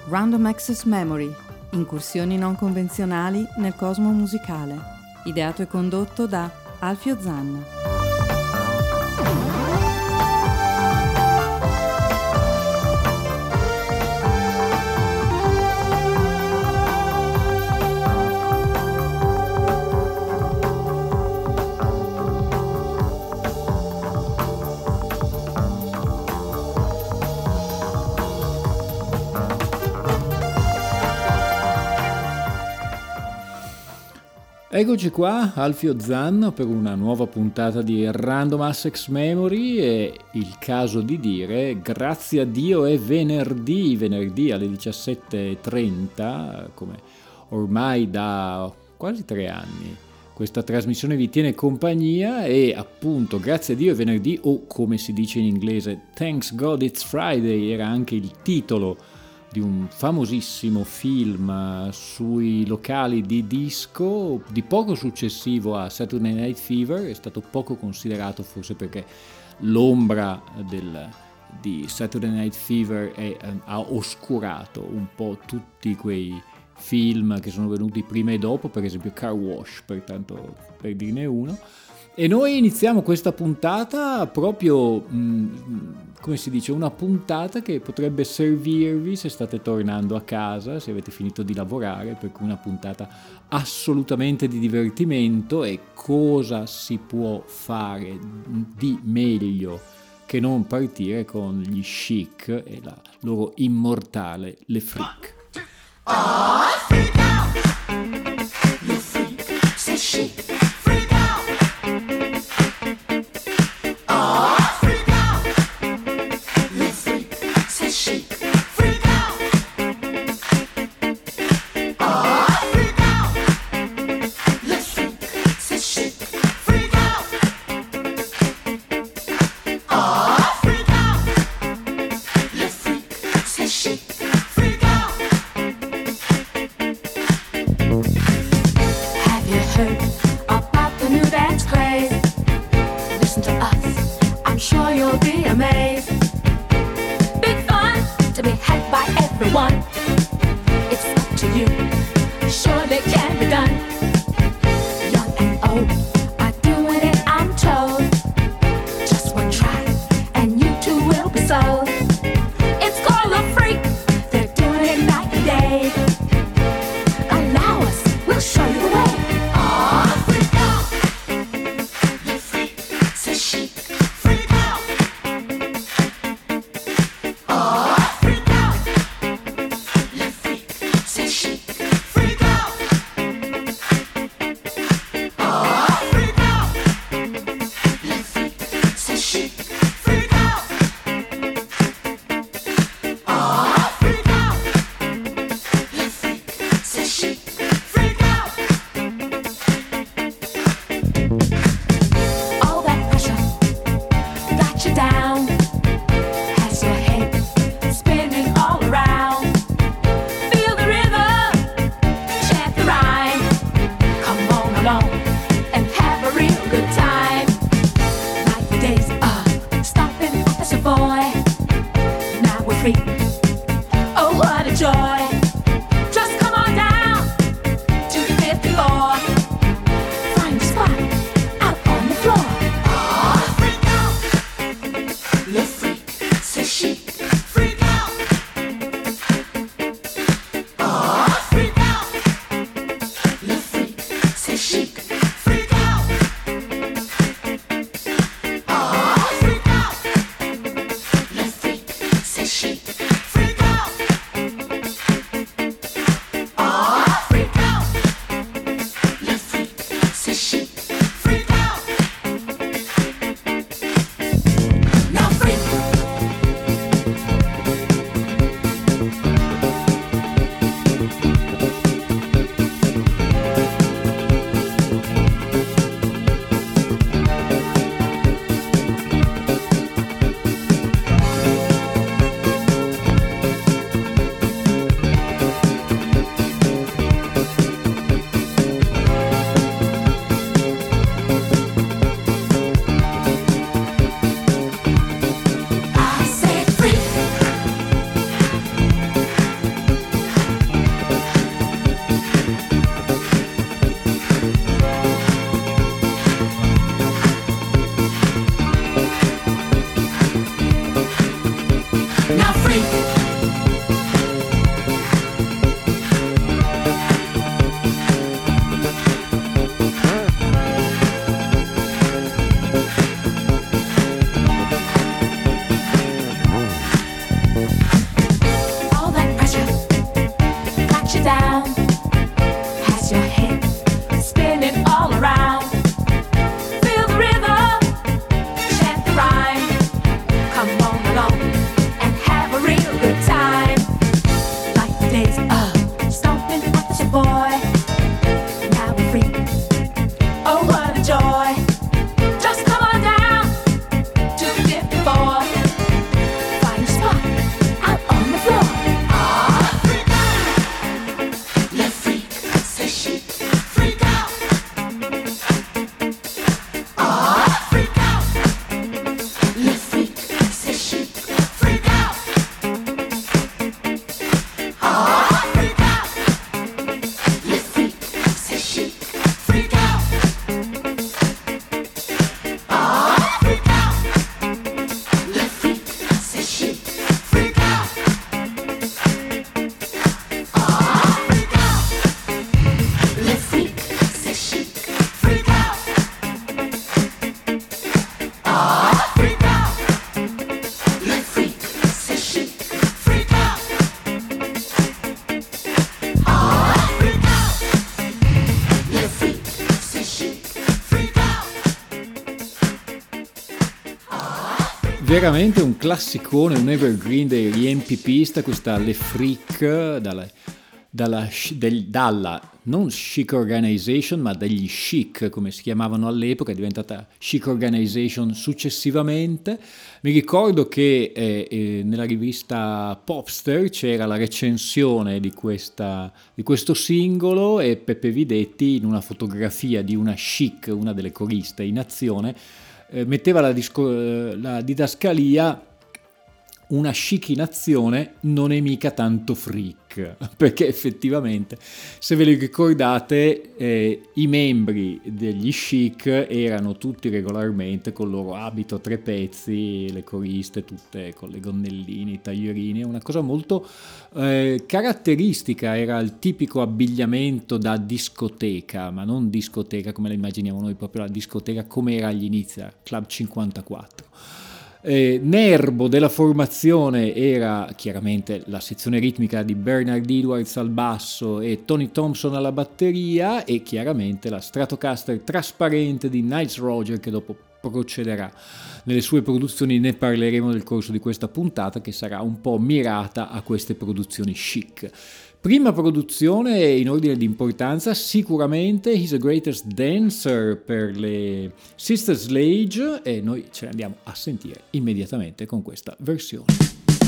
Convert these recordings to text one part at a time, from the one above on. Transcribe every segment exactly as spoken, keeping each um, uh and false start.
Random Access Memory, incursioni non convenzionali nel cosmo musicale, ideato e condotto da Alfio Zanna. Eccoci qua, Alfio Zanna, per una nuova puntata di Random Access Memory. È il caso di dire grazie a Dio è venerdì, venerdì alle diciassette e trenta, come ormai da quasi tre anni questa trasmissione vi tiene compagnia, e appunto grazie a Dio è venerdì, o come si dice in inglese Thanks God It's Friday, era anche il titolo di un famosissimo film sui locali di disco di poco successivo a Saturday Night Fever. È stato poco considerato forse perché l'ombra del, di Saturday Night Fever è, ha oscurato un po' tutti quei film che sono venuti prima e dopo, per esempio Car Wash, per, tanto, per dirne uno. E noi iniziamo questa puntata proprio, mh, come si dice, una puntata che potrebbe servirvi se state tornando a casa, se avete finito di lavorare, per cui una puntata assolutamente di divertimento. E cosa si può fare di meglio che non partire con gli Chic e la loro immortale Le Freak. Oh, freak out! Le Freak, c'est chic. Le veramente un classicone, un evergreen dei riempipista, questa Le Freak, dalla, dalla, del, dalla non Chic Organization, ma degli Chic, come si chiamavano all'epoca, è diventata Chic Organization successivamente. Mi ricordo che eh, eh, nella rivista Popster c'era la recensione di, questa, di questo singolo, e Peppe Videtti, in una fotografia di una Chic, una delle coriste in azione, eh, metteva la, disco, la didascalia: una Chic in azione non è mica tanto freak, perché effettivamente, se ve li ricordate, eh, i membri degli Chic erano tutti regolarmente con il loro abito a tre pezzi, le coriste tutte con le gonnelline, i taglierini, una cosa molto eh, caratteristica, era il tipico abbigliamento da discoteca, ma non discoteca come la immaginiamo noi, proprio la discoteca come era agli inizi, Club cinquantaquattro. Eh, nerbo della formazione era chiaramente la sezione ritmica di Bernard Edwards al basso e Tony Thompson alla batteria, e chiaramente la Stratocaster trasparente di Niles Roger, che dopo procederà nelle sue produzioni. Ne parleremo nel corso di questa puntata, che sarà un po' mirata a queste produzioni chic. Prima produzione in ordine di importanza, sicuramente He's the Greatest Dancer per le Sister Sledge, e noi ce ne andiamo a sentire immediatamente con questa versione.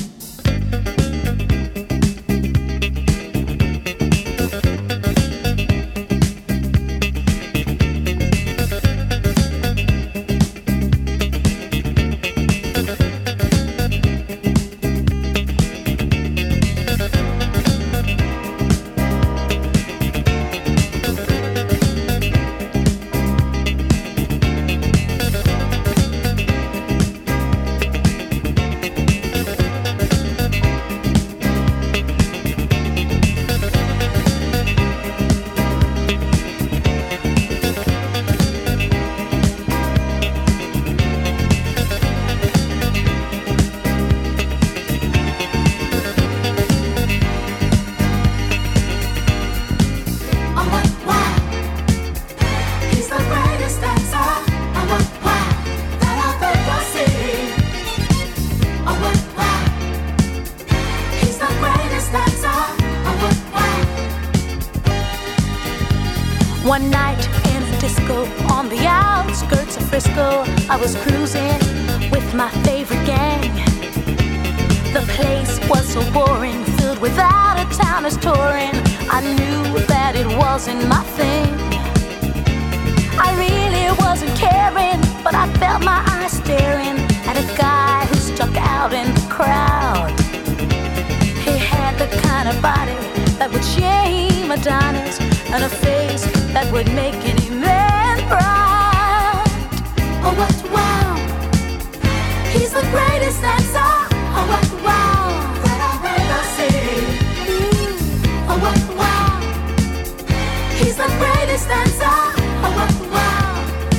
One night in a disco on the outskirts of Frisco, I was cruising with my favorite gang. The place was so boring, filled with out-of-towners touring. I knew that it wasn't my thing. I really wasn't caring, but I felt my eyes staring at a guy who stuck out in the crowd. He had the kind of body that would shame Adonis, and a face that would make any man proud. Oh, what wow! He's the greatest dancer. Oh, what wow! That I've ever seen. Mm. Oh, what wow! He's the greatest dancer. Oh, what wow!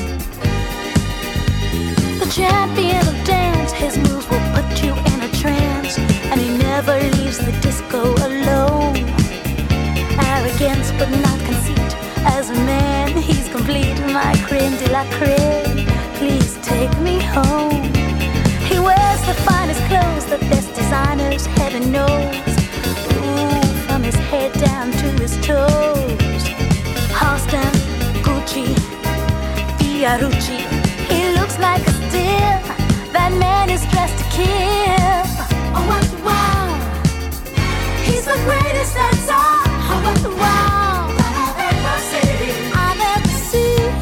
The champion of dance, his moves will put you in a trance, and he never leaves the disco alone. Arrogance but not conceit. As a man, he's complete, my creme de la creme. Please take me home. He wears the finest clothes, the best designers, heaven knows. Ooh, from his head down to his toes. Halston, Gucci, Fiorucci. He looks like a steal. That man is dressed to kill. Oh, what wow! He's the greatest dancer. Oh, what wow! I've ever seen.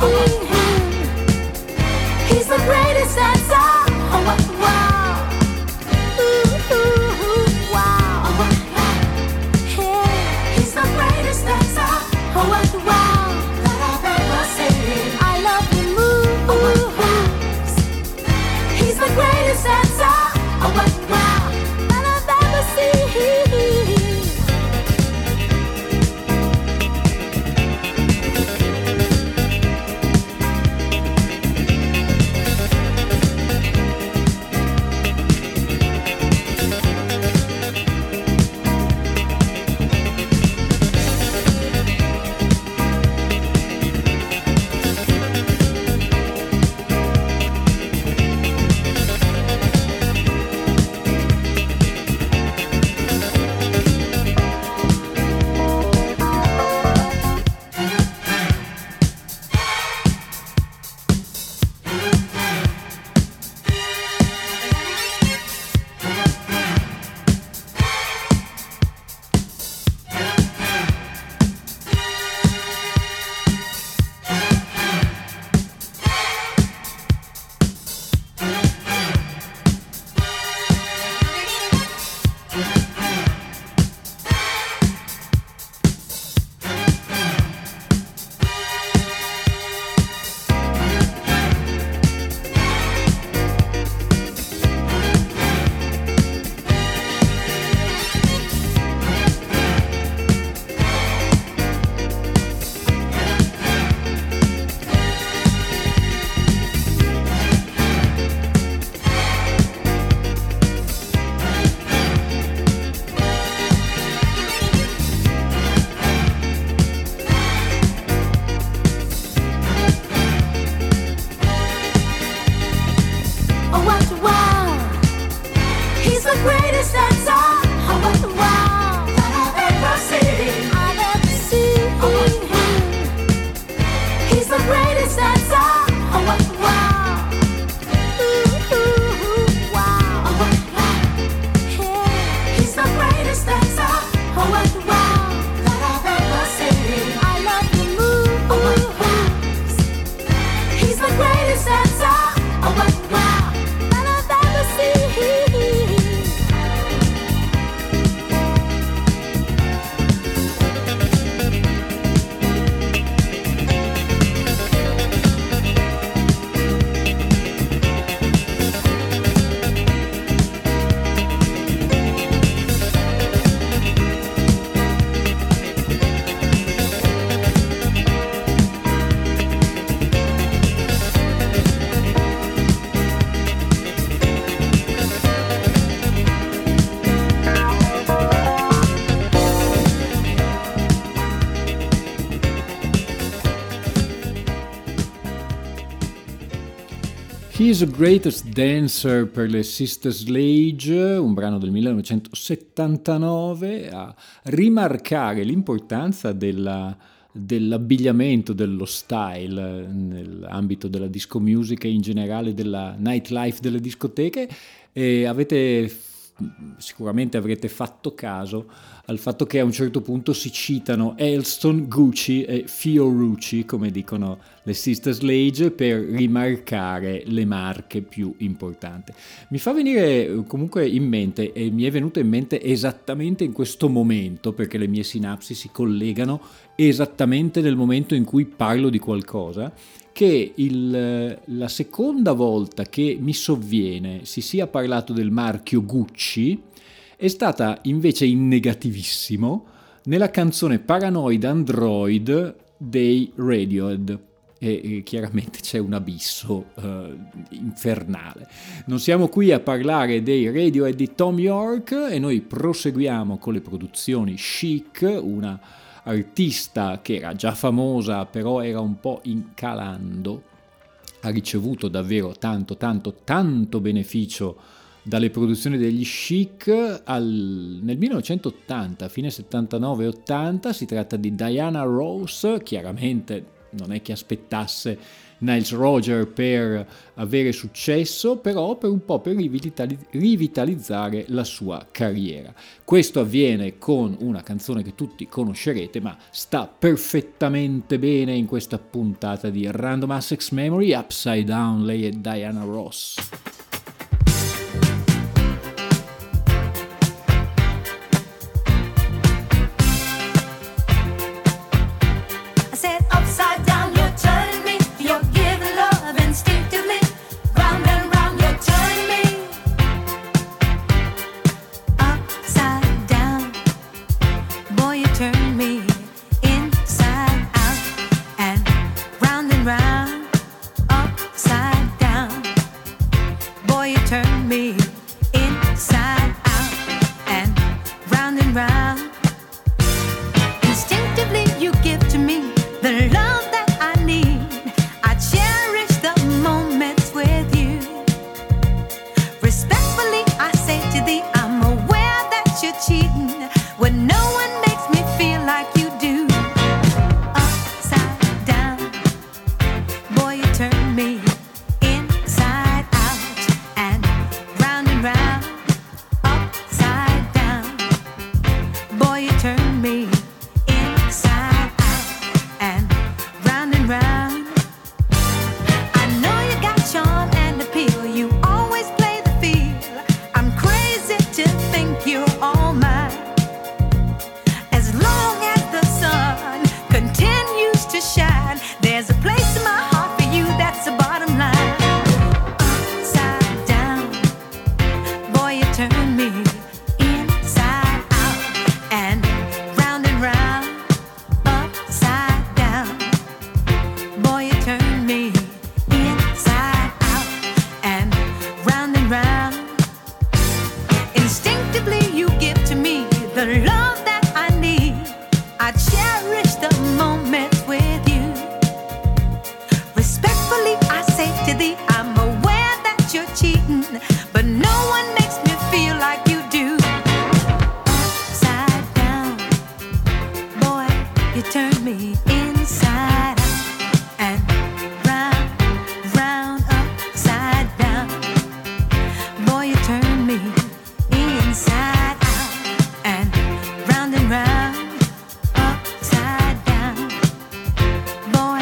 He's the greatest dancer. Oh, what wow! Ooh, ooh, ooh, wow! Oh, what wow! Yeah. He's the greatest dancer. Oh, what wow! That I've ever seen. I love the moves. Oh, what wow! He's the greatest dancer. Oh, what wow! That I've ever seen. She's the Greatest Dancer per le Sister Sledge, un brano del millenovecentosettantanove, a rimarcare l'importanza della, dell'abbigliamento, dello style nell'ambito della disco music e in generale della nightlife delle discoteche. E avete sicuramente avrete fatto caso al fatto che a un certo punto si citano Halston, Gucci e Fiorucci, come dicono le Sister Sledge, per rimarcare le marche più importanti. Mi fa venire comunque in mente, e mi è venuto in mente esattamente in questo momento, perché le mie sinapsi si collegano esattamente nel momento in cui parlo di qualcosa, che il, la seconda volta che mi sovviene si sia parlato del marchio Gucci è stata invece in negativissimo nella canzone Paranoid Android dei Radiohead. E, e chiaramente c'è un abisso uh, infernale. Non siamo qui a parlare dei Radiohead di Thom Yorke e noi proseguiamo con le produzioni Chic, una artista che era già famosa però era un po' incalando, ha ricevuto davvero tanto tanto tanto beneficio dalle produzioni degli Chic. Al, nel millenovecentottanta, fine settantanove ottanta, si tratta di Diana Ross. Chiaramente non è che aspettasse Niles Roger per avere successo, però per un po' per rivitalizzare la sua carriera. Questo avviene con una canzone che tutti conoscerete, ma sta perfettamente bene in questa puntata di Random Access Memory. Upside Down, lei è Diana Ross.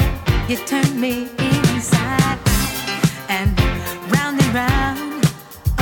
You turn me inside out and round and round,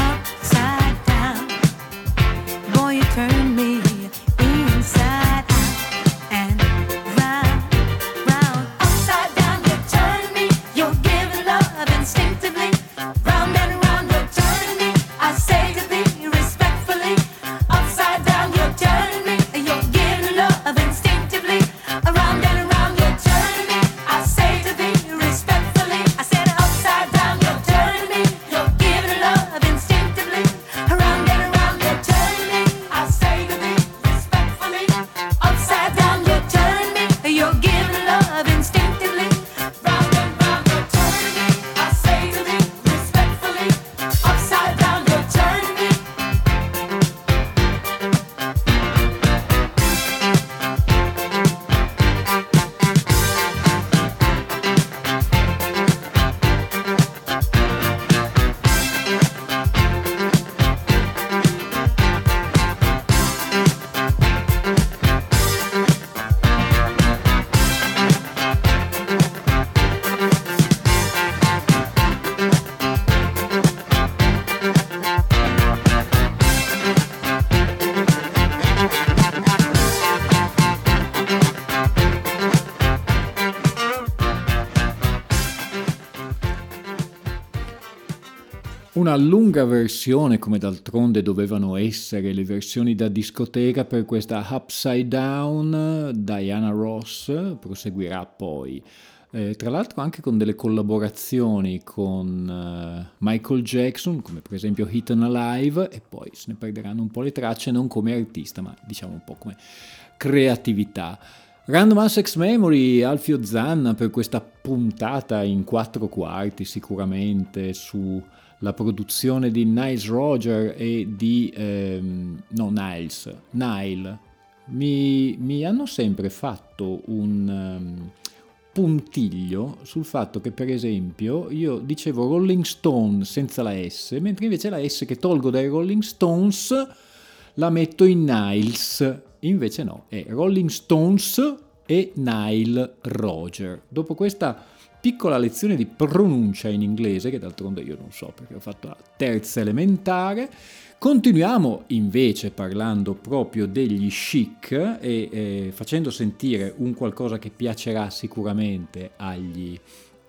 Una lunga versione, come d'altronde dovevano essere le versioni da discoteca per questa Upside Down. Diana Ross proseguirà poi, eh, tra l'altro anche con delle collaborazioni con uh, Michael Jackson, come per esempio Eaten Alive, e poi se ne perderanno un po' le tracce, non come artista, ma diciamo un po' come creatività. Random Access Memory, Alfio Zanna per questa puntata in quattro quarti sicuramente su la produzione di Niles Roger e di ehm, no Niles Nile mi, mi hanno sempre fatto un um, puntiglio sul fatto che, per esempio, io dicevo Rolling Stone senza la S, mentre invece la S che tolgo dai Rolling Stones la metto in Niles, invece no, è Rolling Stones e Nile Roger. Dopo questa piccola lezione di pronuncia in inglese, che d'altronde io non so perché ho fatto la terza elementare, continuiamo invece parlando proprio degli Chic e eh, facendo sentire un qualcosa che piacerà sicuramente agli,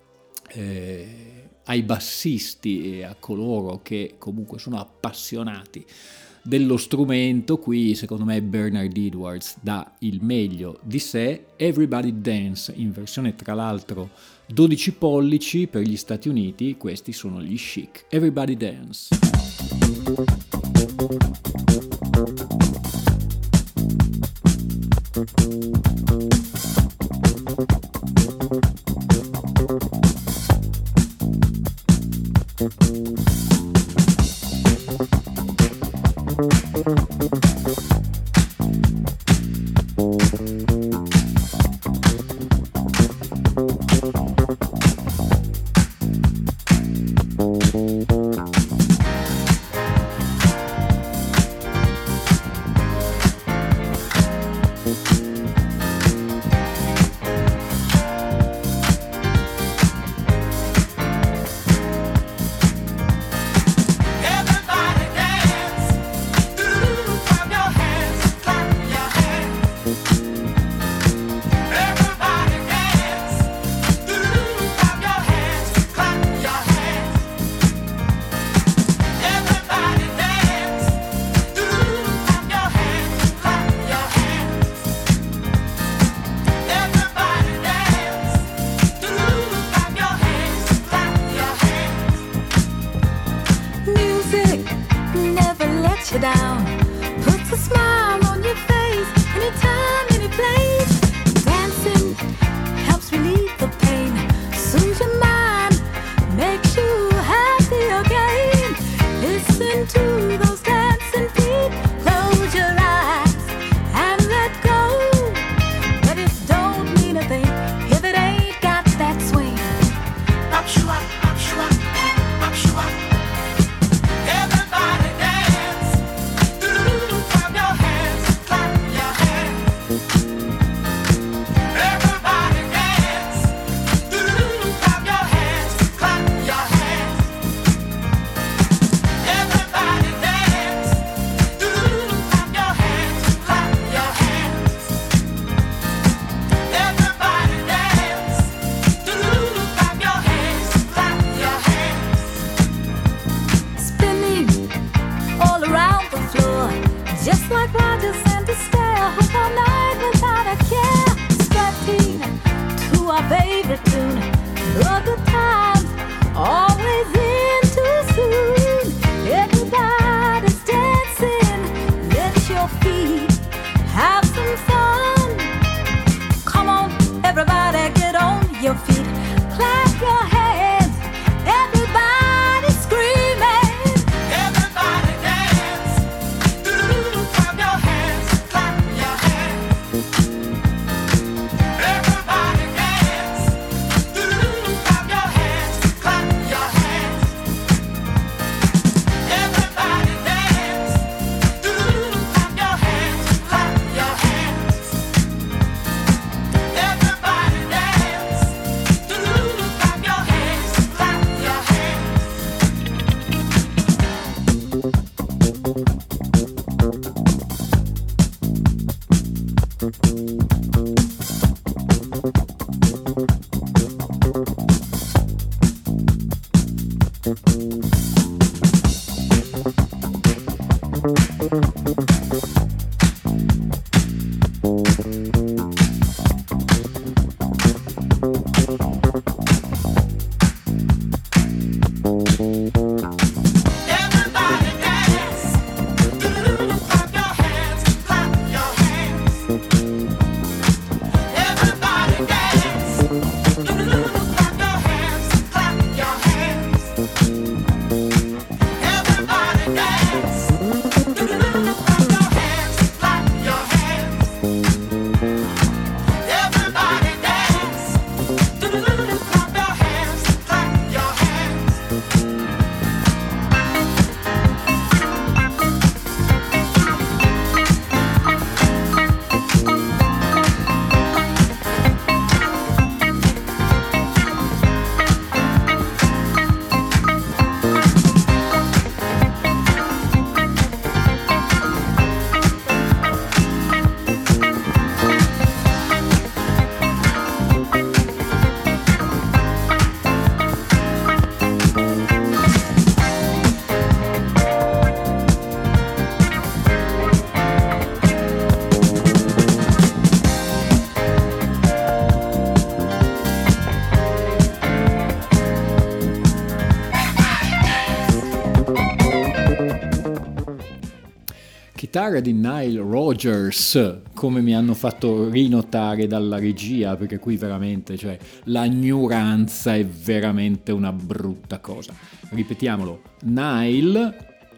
eh, ai bassisti e a coloro che comunque sono appassionati dello strumento. Qui secondo me Bernard Edwards dà il meglio di sé. Everybody Dance, in versione tra l'altro dodici pollici per gli Stati Uniti. Questi sono gli Chic. Everybody Dance. Everybody chitarra di Nile Rodgers, come mi hanno fatto rinotare dalla regia, perché qui veramente, cioè, la ignoranza è veramente una brutta cosa. Ripetiamolo, Nile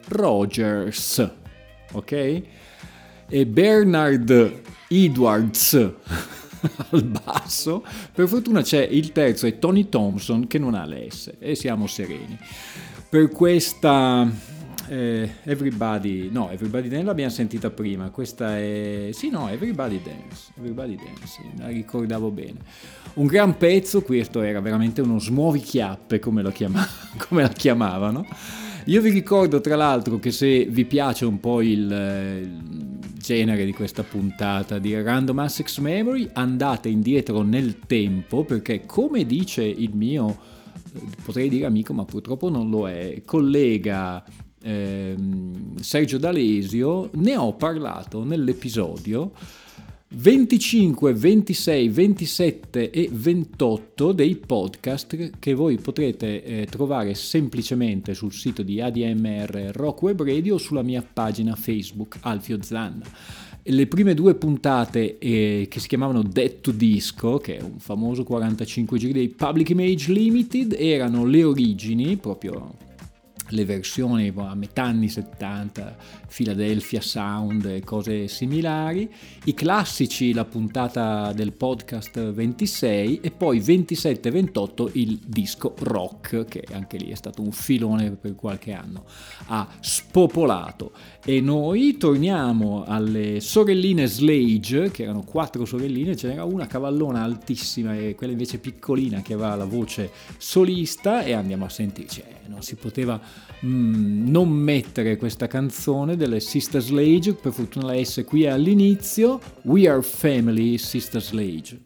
Rodgers, ok? E Bernard Edwards al basso. Per fortuna c'è il terzo, è Tony Thompson, che non ha le S, e siamo sereni. Per questa... Eh, Everybody, no, Everybody Dance l'abbiamo sentita prima, questa è, sì no, Everybody Dance, Everybody Dance, sì, la ricordavo bene. Un gran pezzo, questo era veramente uno smuovichiappe, come lo chiama, come la chiamavano. Io vi ricordo tra l'altro che se vi piace un po' il, il genere di questa puntata di Random Access Memory, andate indietro nel tempo, perché come dice il mio, potrei dire amico ma purtroppo non lo è, collega Eh, Sergio D'Alesio, ne ho parlato nell'episodio venticinque, ventisei, ventisette e ventotto dei podcast che voi potrete eh, trovare semplicemente sul sito di A D M R Rock Web Radio o sulla mia pagina Facebook Alfio Zanna. Le prime due puntate eh, che si chiamavano Dead to Disco, che è un famoso quarantacinque giri dei Public Image Limited, erano le origini, proprio le versioni a metà anni settanta, Philadelphia Sound e cose similari, i classici, la puntata del podcast ventisei, e poi ventisette e ventotto il disco rock, che anche lì è stato un filone per qualche anno, ha spopolato. E noi torniamo alle sorelline Slade, che erano quattro sorelline, ce n'era una cavallona altissima e quella invece piccolina che aveva la voce solista, e andiamo a sentirci, eh, non si poteva mm, non mettere questa canzone delle Sister Slade, per fortuna la S qui è all'inizio, We Are Family, Sister Slade.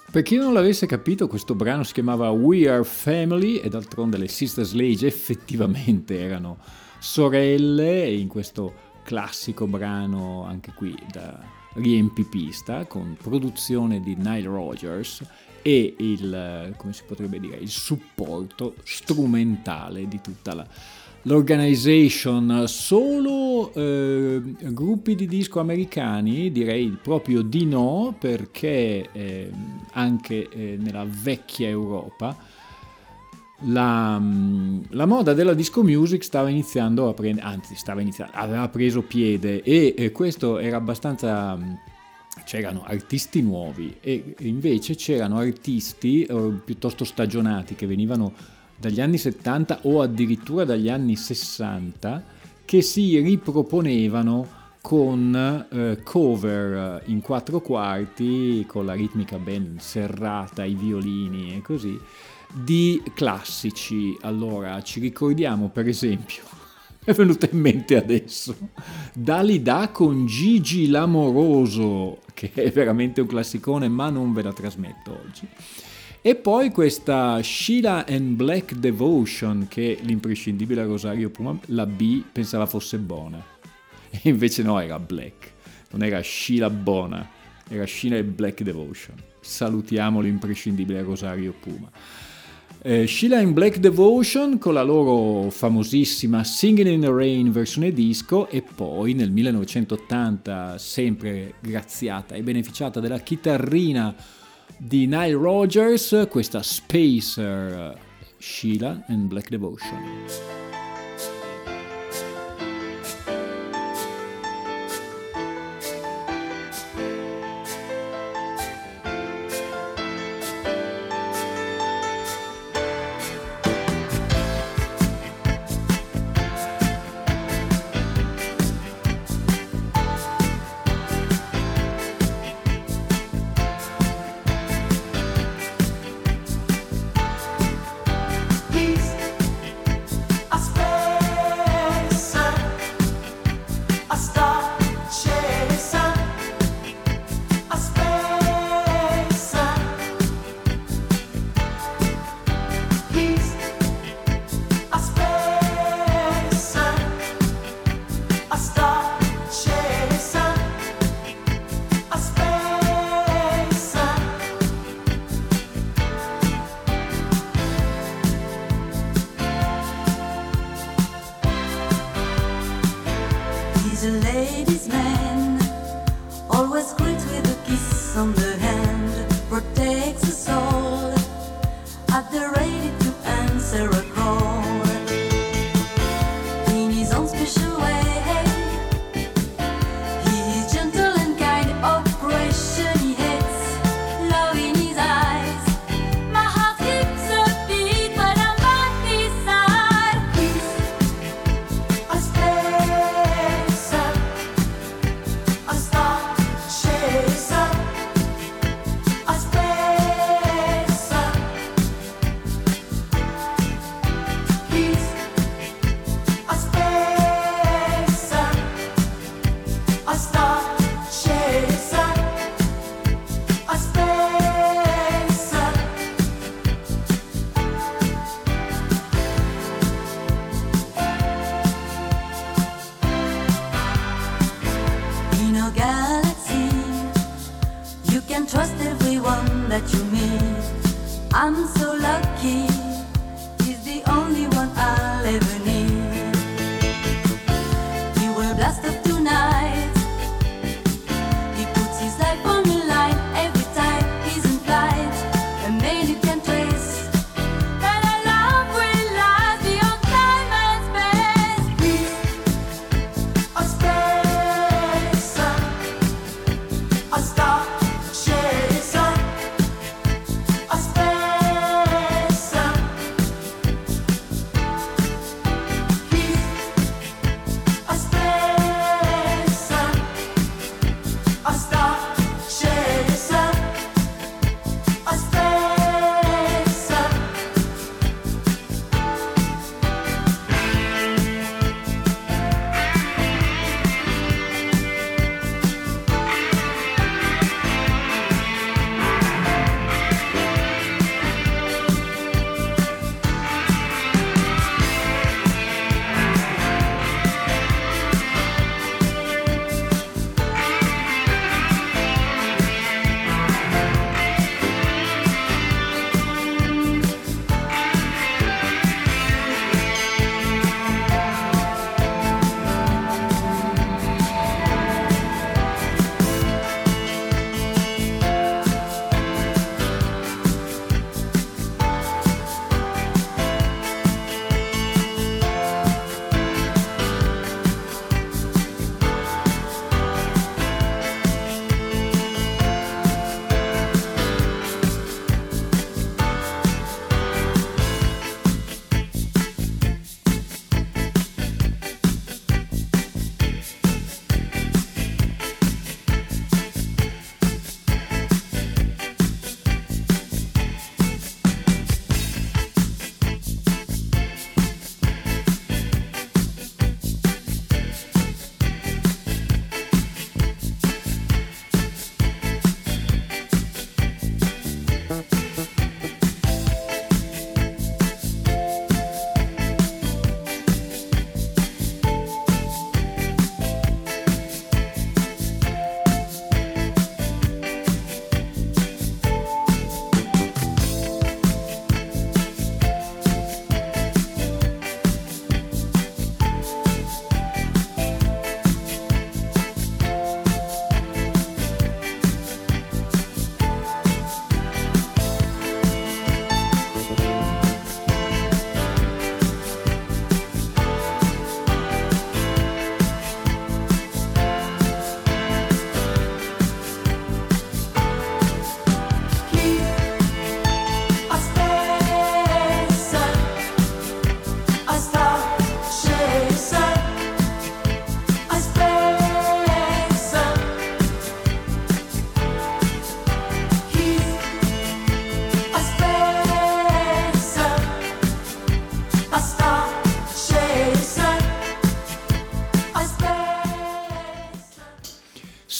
Per chi non l'avesse capito, questo brano si chiamava We Are Family e d'altronde le Sister Sledge effettivamente erano sorelle, e in questo classico brano anche qui da riempipista con produzione di Nile Rodgers e il, come si potrebbe dire, il supporto strumentale di tutta la l'organization. Solo eh, gruppi di disco americani? Direi proprio di no, perché eh, anche eh, nella vecchia Europa la, la moda della disco music stava iniziando a prendere, anzi stava iniziando, aveva preso piede, e eh, questo era abbastanza, c'erano artisti nuovi e invece c'erano artisti eh, piuttosto stagionati che venivano dagli anni settanta o addirittura dagli anni sessanta, che si riproponevano con eh, cover in quattro quarti, con la ritmica ben serrata, i violini e così, di classici. Allora ci ricordiamo per esempio, è venuta in mente adesso, Dalida con Gigi L'Amoroso, che è veramente un classicone, ma non ve la trasmetto oggi. E poi questa Sheila and Black Devotion, che l'imprescindibile Rosario Puma, la B, pensava fosse buona. E invece no, era Black. Non era Sheila Bona, era Sheila and Black Devotion. Salutiamo l'imprescindibile Rosario Puma. Eh, Sheila and Black Devotion con la loro famosissima Singing in the Rain versione disco, e poi nel millenovecentottanta, sempre graziata e beneficiata della chitarrina di Nile Rodgers, questa Spacer, Sheila and Black Devotion.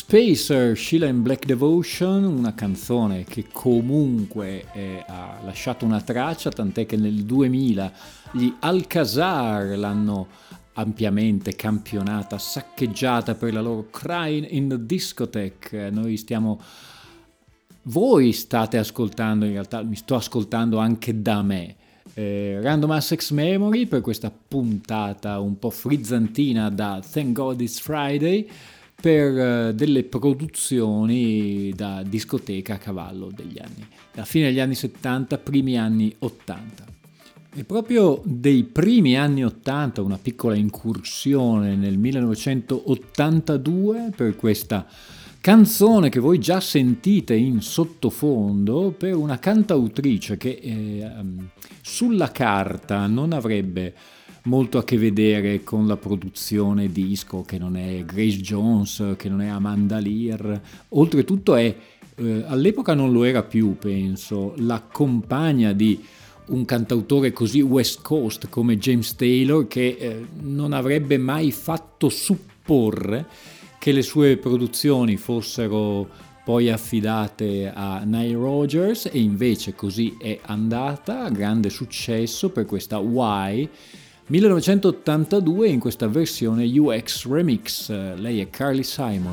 Spacer, Sheila and Black Devotion, una canzone che comunque eh, ha lasciato una traccia, tant'è che nel duemila gli Alcazar l'hanno ampiamente campionata, saccheggiata per la loro Crying in the Discotheque. Noi stiamo, voi state ascoltando, in realtà mi sto ascoltando anche da me, eh, Random Access Memory per questa puntata un po' frizzantina da Thank God It's Friday, per uh, delle produzioni da discoteca a cavallo degli anni, alla fine degli anni settanta, primi anni ottanta. E proprio dei primi anni ottanta, una piccola incursione nel millenovecentottantadue per questa canzone che voi già sentite in sottofondo, per una cantautrice che eh, sulla carta non avrebbe molto a che vedere con la produzione disco, che non è Grace Jones, che non è Amanda Lear, oltretutto è, eh, all'epoca non lo era più, penso, la compagna di un cantautore così West Coast come James Taylor, che eh, non avrebbe mai fatto supporre che le sue produzioni fossero poi affidate a Nile Rodgers, e invece così è andata, grande successo per questa Why millenovecentottantadue in questa versione U X Remix. Lei è Carly Simon.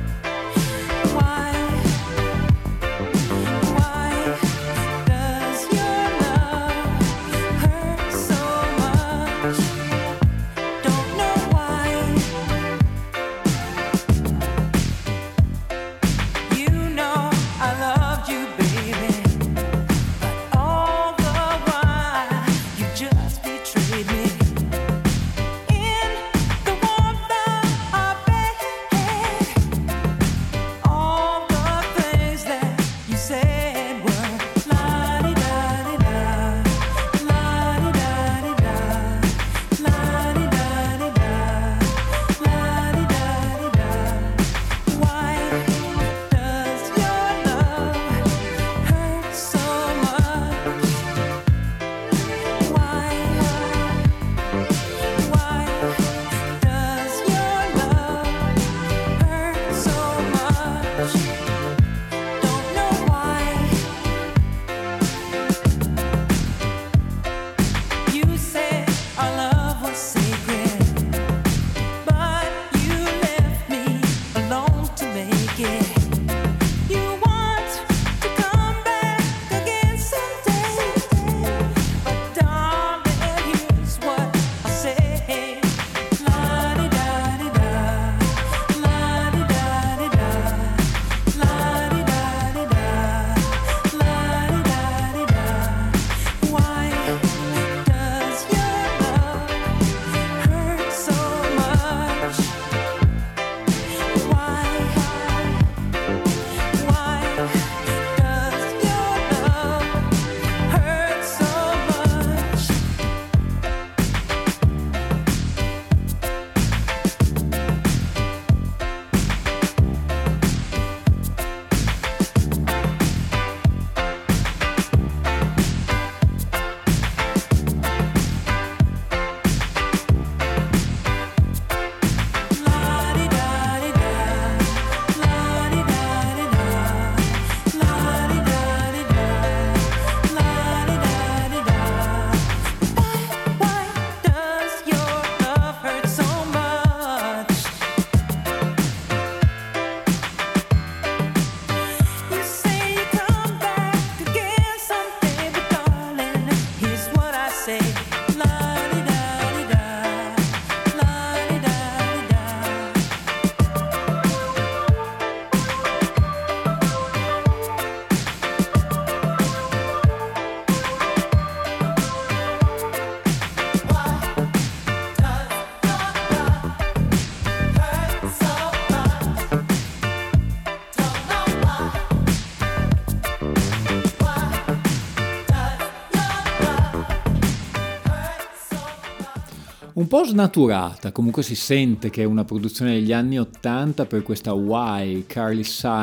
Un po' snaturata, comunque si sente che è una produzione degli anni ottanta per questa Why, Carly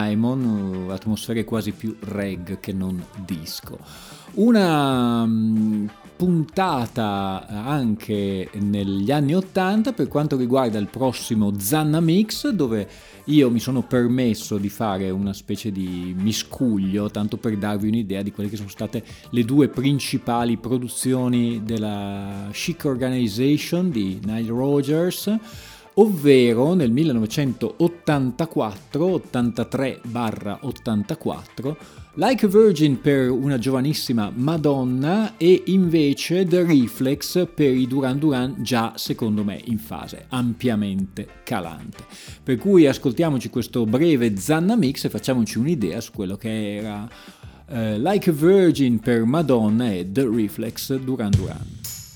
Simon, atmosfere quasi più reggae che non disco. Una um, puntata anche negli anni ottanta per quanto riguarda il prossimo Zanna Mix, dove io mi sono permesso di fare una specie di miscuglio, tanto per darvi un'idea di quelle che sono state le due principali produzioni della Chic Organization di Nile Rodgers, ovvero nel millenovecentottantaquattro ottantatré ottantaquattro Like a Virgin per una giovanissima Madonna e invece The Reflex per i Duran Duran, già secondo me in fase ampiamente calante. Per cui ascoltiamoci questo breve Zanna Mix e facciamoci un'idea su quello che era uh, Like a Virgin per Madonna e The Reflex Duran Duran.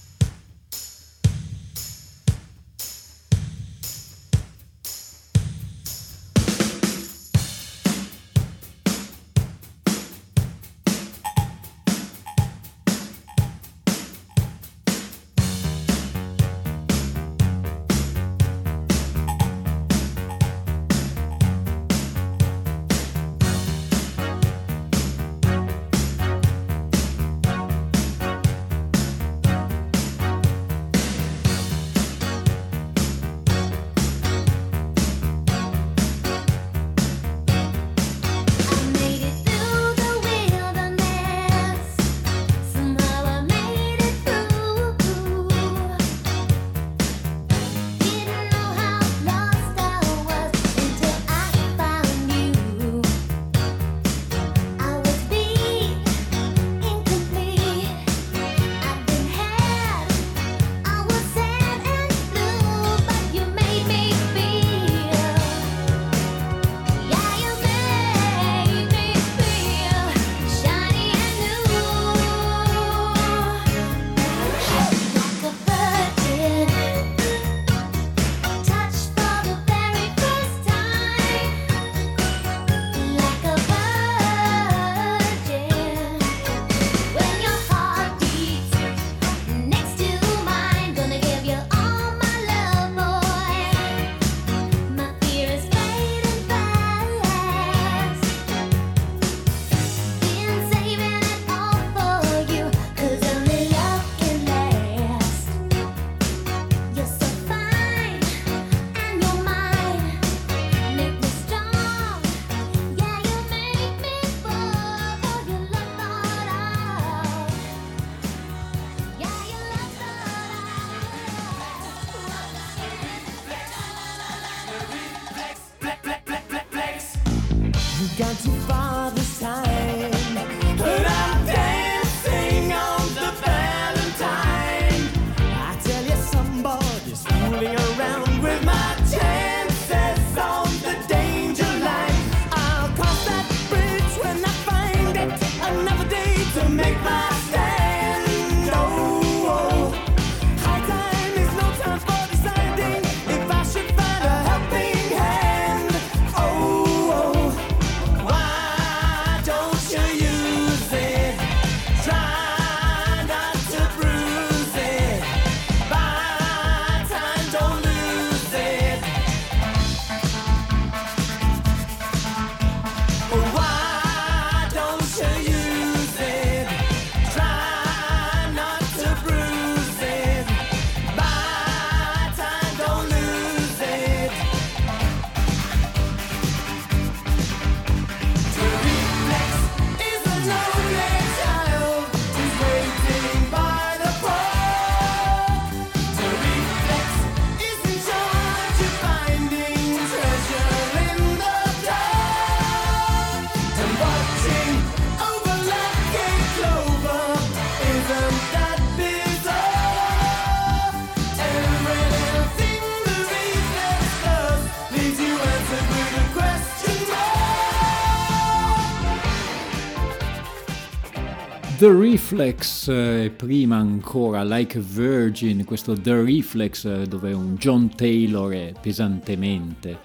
The Reflex, eh, prima ancora Like a Virgin, questo The Reflex eh, dove un John Taylor è pesantemente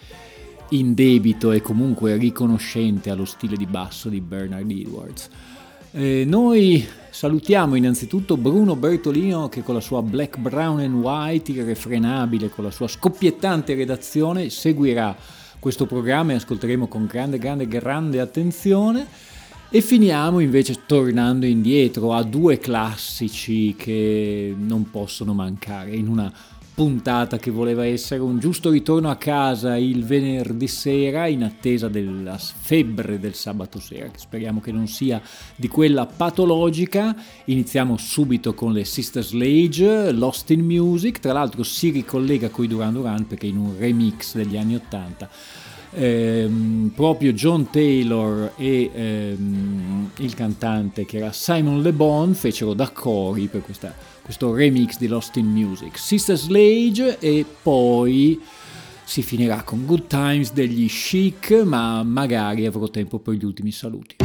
in debito e comunque riconoscente allo stile di basso di Bernard Edwards. Eh, noi salutiamo innanzitutto Bruno Bertolino che con la sua Black, Brown and White, irrefrenabile, con la sua scoppiettante redazione, seguirà questo programma e ascolteremo con grande, grande, grande attenzione. E finiamo invece tornando indietro a due classici che non possono mancare in una puntata che voleva essere un giusto ritorno a casa il venerdì sera in attesa della febbre del sabato sera, che speriamo che non sia di quella patologica. Iniziamo subito con le Sister Sledge, Lost in Music, tra l'altro si ricollega coi Duran Duran perché in un remix degli anni ottanta ehm, proprio John Taylor e ehm, il cantante che era Simon Le Bon fecero da cori per questa questo remix di Lost in Music. Sister Sledge, e poi si finirà con Good Times degli Chic, ma magari avrò tempo per gli ultimi saluti.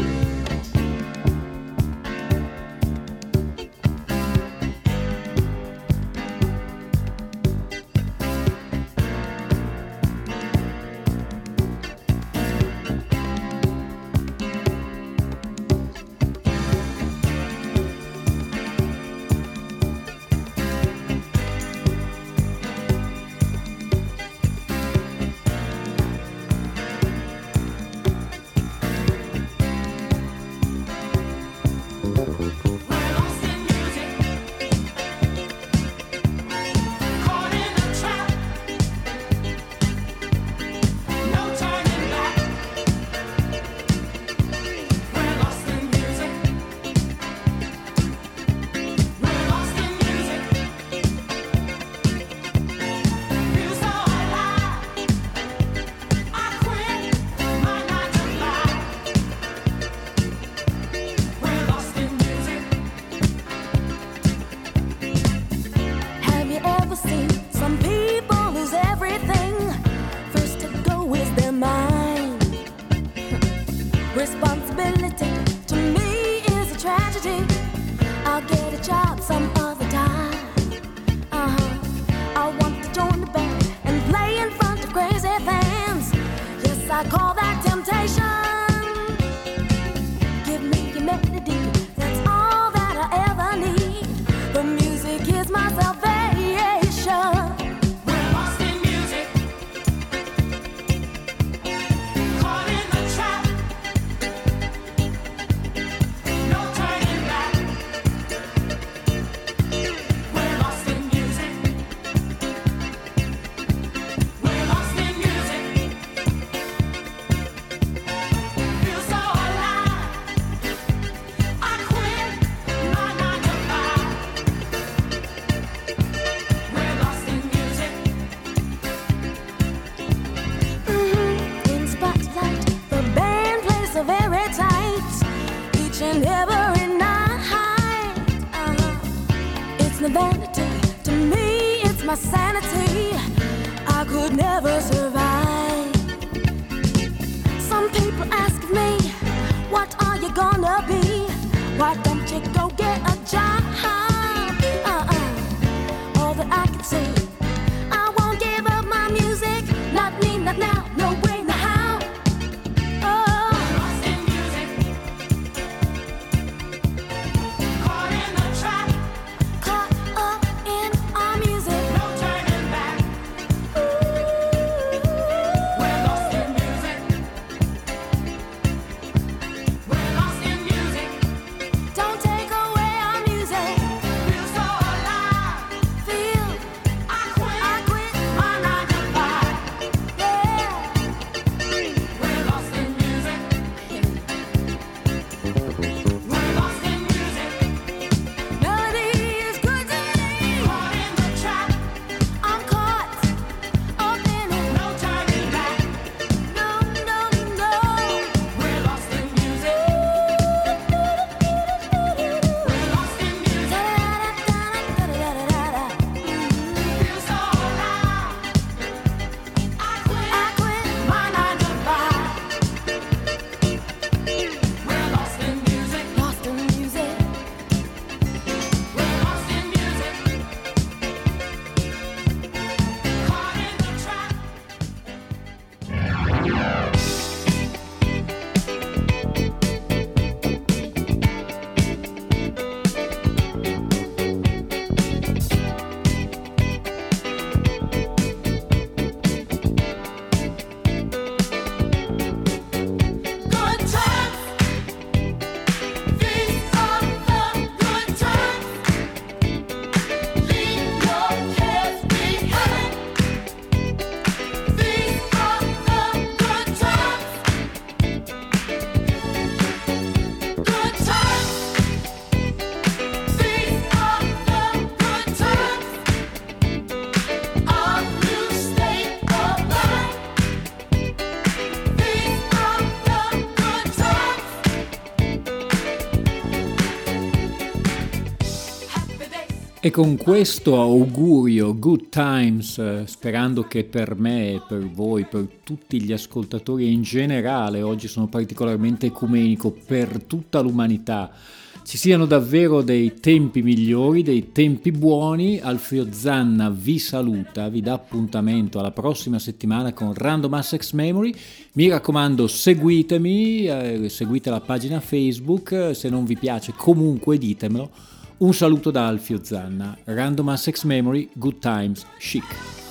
E con questo augurio Good Times, sperando che per me, per voi, per tutti gli ascoltatori e in generale, oggi sono particolarmente ecumenico, per tutta l'umanità, ci siano davvero dei tempi migliori, dei tempi buoni. Alfio Zanna vi saluta, vi dà appuntamento alla prossima settimana con Random Access Memory. Mi raccomando, seguitemi, eh, seguite la pagina Facebook, se non vi piace comunque ditemelo. Un saluto da Alfio Zanna, Random Access Memory, Good Times, Chic.